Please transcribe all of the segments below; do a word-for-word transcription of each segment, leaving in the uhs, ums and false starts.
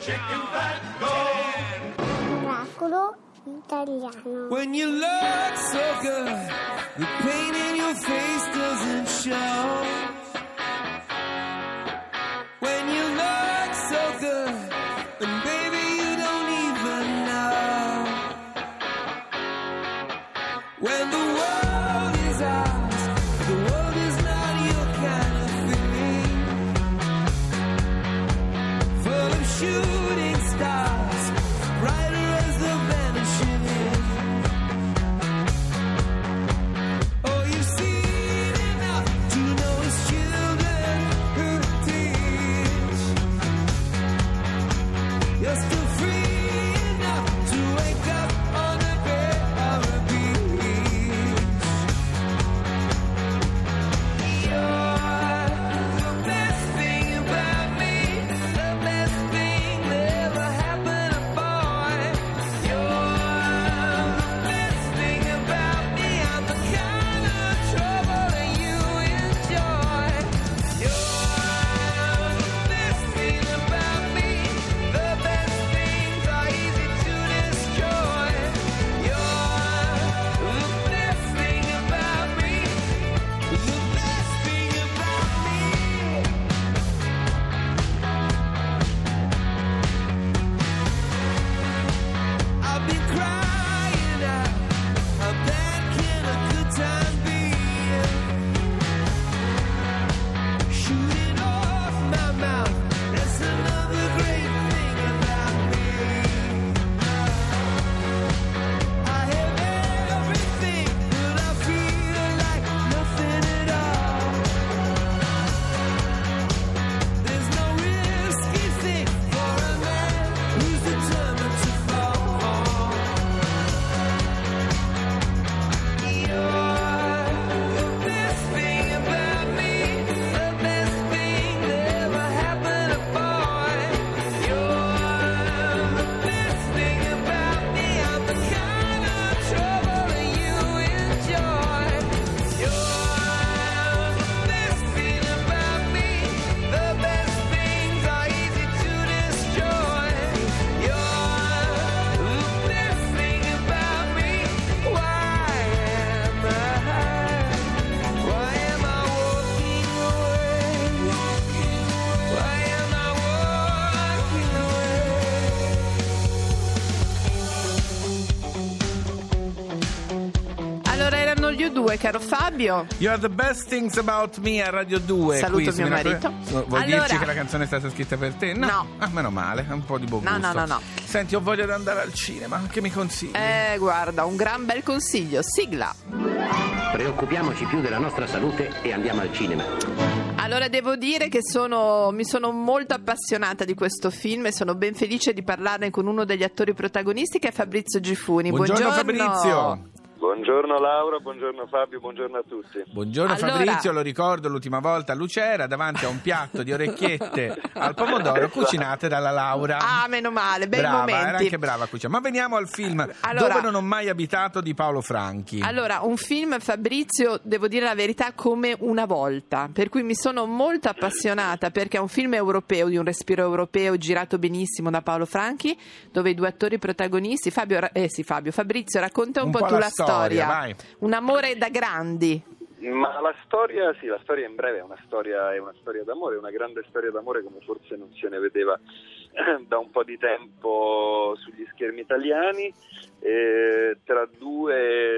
Oracolo italiano. When you look so good, the pain in your face doesn't show. When you look so good, and baby you don't even know. When the world is ours, the world is not your kind of thing. Full of shooting stars, brighter as the vanishing end. Oh, you've seen enough to know it's children who teach. You're still free enough to wake up on a bed or a beach. You're the best thing about me, the best thing that ever happened to boy. You're the best thing about me, I'm the kind of trouble that you enjoy. You're the best thing about me, the best things are easy to destroy. You're the best thing about me, the best thing about me. I've been crying out, how bad can a good time be? Shooting off my mouth, that's another great thing about me. I have everything, but I feel like nothing at all. There's no risky thing for a man who's determined to fall. You're the best thing about me, the best thing that ever happened to boy. You're the best thing about me, I'm the kind of trouble that you enjoy. You're the best thing about me, the best things are easy to destroy. You're the best thing about me. Why am I? Why am I walking away? Why am I walking away? Allora erano gli U due, caro Fabio. You are the best things about me a Radio due. Saluto Qui, mio mi raccom- marito. Vuoi Allora- dirci che la canzone è stata scritta per te? No. No. Ah, meno male, è un po' di buon No, gusto. no, no, no. Senti, ho voglia di andare al cinema, che mi consigli? Eh, guarda, un gran bel consiglio. Sigla. Preoccupiamoci più della nostra salute e andiamo al cinema. Allora devo dire che sono, mi sono molto appassionata di questo film e sono ben felice di parlarne con uno degli attori protagonisti, che è Fabrizio Gifuni. Buongiorno, Fabrizio. Buongiorno Laura, buongiorno Fabio, buongiorno a tutti. Buongiorno Allora- Fabrizio, lo ricordo l'ultima volta a Lucera davanti a un piatto di orecchiette al pomodoro cucinate dalla Laura. Ah, meno male, bei brava, momenti. era anche brava a cucinare. Ma veniamo al film Allora- Dove non ho mai abitato di Paolo Franchi. Allora, un film, Fabrizio, devo dire la verità, come una volta, per cui mi sono molto appassionata, perché è un film europeo, di un respiro europeo, girato benissimo da Paolo Franchi, dove i due attori protagonisti, Fabio, ra- eh sì, Fabio, Fabrizio, racconta un, Un po' po' tu la la storia. storia, vai. Un amore da grandi. Ma la storia, sì, la storia in breve è una storia, è una storia d'amore, una grande storia d'amore come forse non se ne vedeva eh, da un po' di tempo sugli schermi italiani, eh, tra due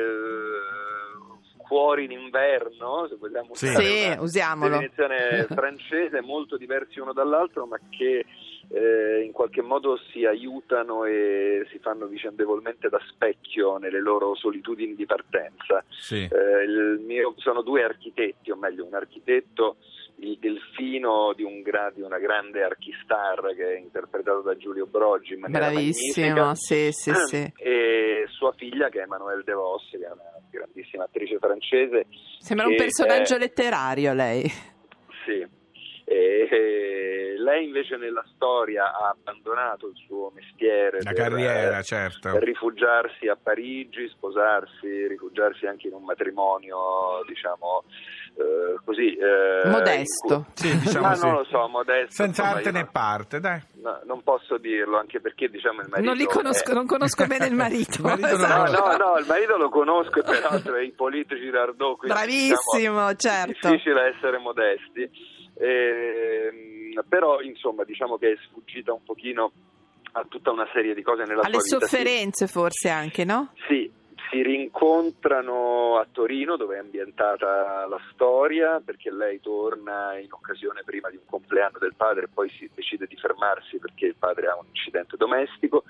eh, cuori d'inverno, se vogliamo Sì. usare Sì, una usiamolo. definizione francese, molto diversi uno dall'altro, ma che eh, in qualche modo si aiutano e si fanno vicendevolmente da specchio nelle loro solitudini di partenza. Sì. Eh, il mio, sono due architetti, o meglio un architetto, il delfino di, un gra, di una grande archistar che è interpretato da Giulio Broggi in maniera Bravissimo, magnifica, sì, sì, sì. e sua figlia che è Emmanuelle Devos, che è una grandissima attrice francese. Sembra un che personaggio è- letterario lei. Sì. E, e lei invece nella storia ha abbandonato il suo mestiere La per, carriera, eh, certo. per rifugiarsi a Parigi, sposarsi, rifugiarsi anche in un matrimonio, diciamo, eh, così eh, modesto. Cui... Sì, diciamo ma sì. non lo so, modesto. Senza insomma, arte io né non- parte, dai. No, non posso dirlo, anche perché diciamo il marito Non li conosco, è- non conosco bene il marito. Il marito non No, lo- no, no, il marito lo conosco e peraltro è Ippolito Girardot, quindi Bravissimo, diciamo, certo. è difficile essere modesti. Ehm, però insomma diciamo che è sfuggita un pochino a tutta una serie di cose nella Alle sua vita. sofferenze forse anche, no? Sì, si rincontrano a Torino dove è ambientata la storia, perché lei torna in occasione prima di un compleanno del padre e poi si decide di fermarsi perché il padre ha un incidente domestico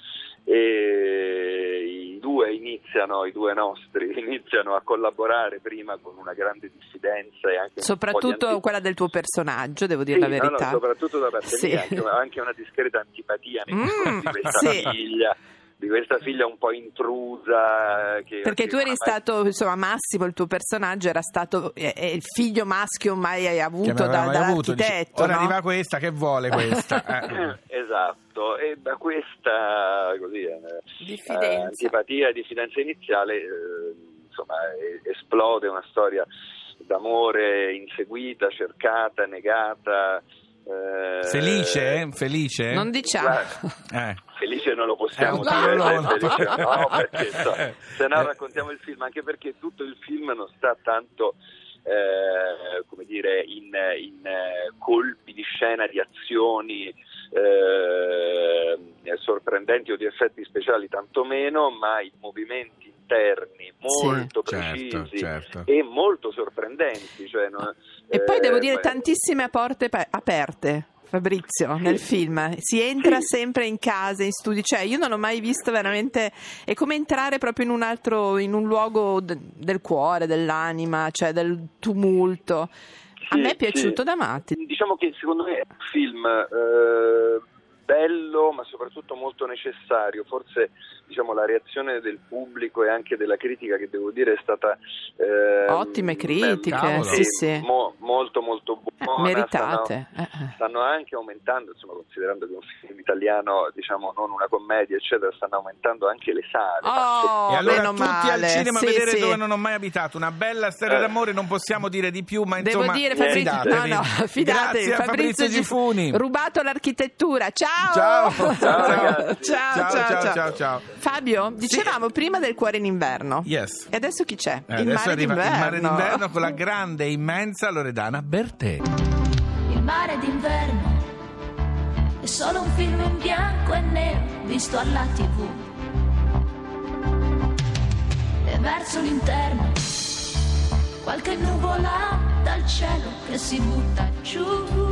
e i due iniziano, i due nostri iniziano a collaborare prima con una grande diffidenza e anche un po' di Soprattutto anti- quella del tuo personaggio, devo dire Sì, la no, no, verità. soprattutto da parte Sì. mia, anche, anche una discreta antipatia nei Mm, confronti di questa sì. figlia, di questa figlia un po' intrusa. Che, Perché che tu eri non ha mai- stato, insomma, Massimo, il tuo personaggio era stato è, è il figlio maschio mai Che avuto non aveva da, mai avuto, dice, dall'architetto, ora no? arriva questa, che vuole questa? Eh. Esatto, e da questa così, eh, Diffidenza. eh, antipatia e diffidenza iniziale eh, insomma eh, esplode una storia d'amore inseguita, cercata, negata. eh, Felice? eh? Felice? Non diciamo. Guarda, Eh. Felice non lo possiamo Eh, dire, no, se no, felice no. no, perché so, se no Eh. raccontiamo il film, anche perché tutto il film non sta tanto eh, come dire in, in eh, colpi di scena, di azioni eh, sorprendenti o di effetti speciali tantomeno, ma i movimenti interni molto Sì. precisi Certo, certo. e molto sorprendenti, cioè, no, E poi devo eh, dire ma- tantissime porte pa- aperte, Fabrizio, nel film. Si entra Sì. sempre in case, in studi, cioè io non ho mai visto veramente, è come entrare proprio in un altro, in un luogo de- del cuore, dell'anima, cioè del tumulto. A Sì, me è piaciuto sì. da matti. Diciamo che secondo me è un film eh, bello, ma soprattutto molto necessario. Forse diciamo la reazione del pubblico e anche della critica, che devo dire è stata eh, Ottime critiche, cavolo. sì, sì. mo- molto molto buona. Meritate. Stanno, Eh, eh. stanno anche aumentando, insomma, considerando che è un film italiano, diciamo non una commedia eccetera, stanno aumentando anche le sale. Oh, E allora meno tutti male. al cinema Sì, a vedere sì. Dove non ho mai abitato, una bella storia Eh. d'amore, non possiamo dire di più, ma Devo insomma dire, Fabrizio, no, fidatevi. no, fidatevi, Grazie a Fabrizio Gifuni. rubato l'architettura. Ciao! Ciao, Ciao, ciao, ragazzi. ciao, ciao, ciao, ciao, ciao. ciao, ciao. Fabio, dicevamo prima del cuore in inverno. Yes. E adesso chi c'è? Eh, il adesso mare arriva d'inverno. il mare d'inverno con la grande e immensa Loredana Bertè. Il mare d'inverno è solo un film in bianco e nero visto alla tivù. E verso l'interno qualche nuvola dal cielo che si butta giù.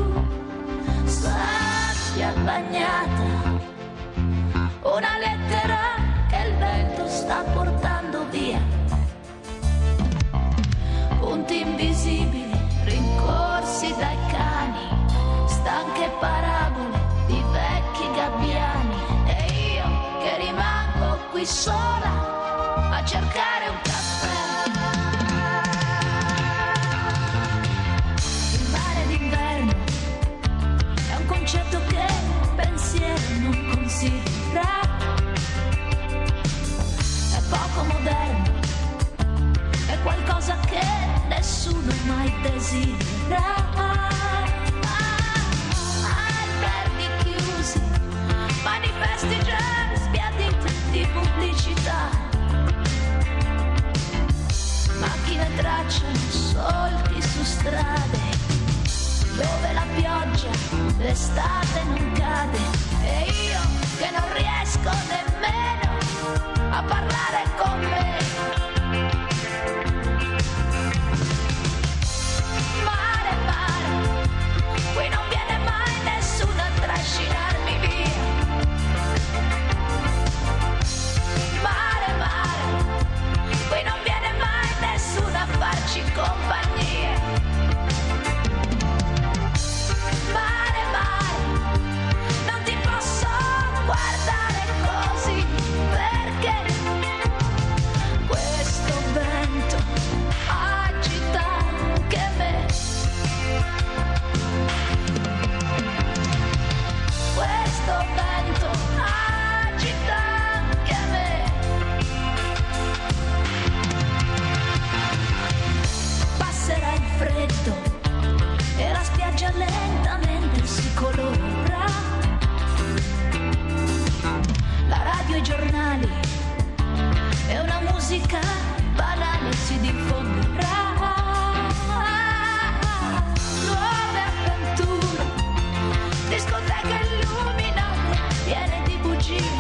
Sabbia bagnata, una lettera che il vento sta portando via. Punti invisibili rincorsi dai cani, stanche parabole di vecchi gabbiani. E io che rimango qui sola a cercare un caffè. Il mare d'inverno è un concetto che il pensiero non considera. È poco moderno, è qualcosa che nessuno mai desidera. Alberghi chiusi, manifesti già sbiaditi di pubblicità, macchine tracciano solchi su strade dove la pioggia l'estate non cade. E io che non riesco nemmeno a parlare con me. Mare, mare, qui non viene mai nessuno a trascinarmi via. Mare, mare, qui non viene mai nessuno a farci compagnia. Mare, mare, non ti illuminate, piene di bugie,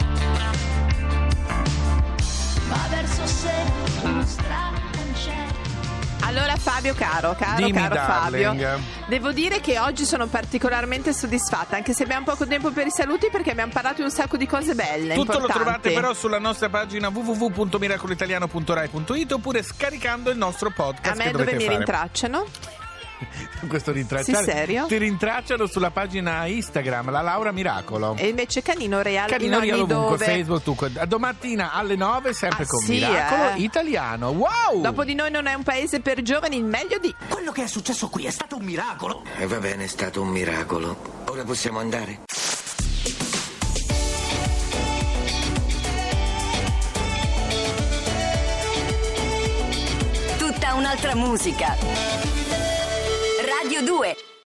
ma verso sempre uno strano concerto. Allora Fabio caro, caro, Dimmi, caro darling. Fabio, devo dire che oggi sono particolarmente soddisfatta, anche se abbiamo poco tempo per i saluti, perché abbiamo parlato di un sacco di cose belle, Tutto importanti. lo trovate però sulla nostra pagina w w w punto miracolo italiano punto rai punto it oppure scaricando il nostro podcast. A me che dove dovete mi fare. rintracciano? Questo rintracciare. Sì, serio? Ti rintracciano sulla pagina Instagram, la Laura Miracolo. E invece Canino Real Canino in Real ogni ovunque, dove. Facebook, tu, a domattina alle nove sempre Ah, con sì, Miracolo eh? Italiano. Wow! Dopo di noi non è un paese per giovani, il meglio di... Quello che è successo qui è stato un miracolo. E va bene, è stato un miracolo. Ora possiamo andare? Tutta un'altra musica. Radio due.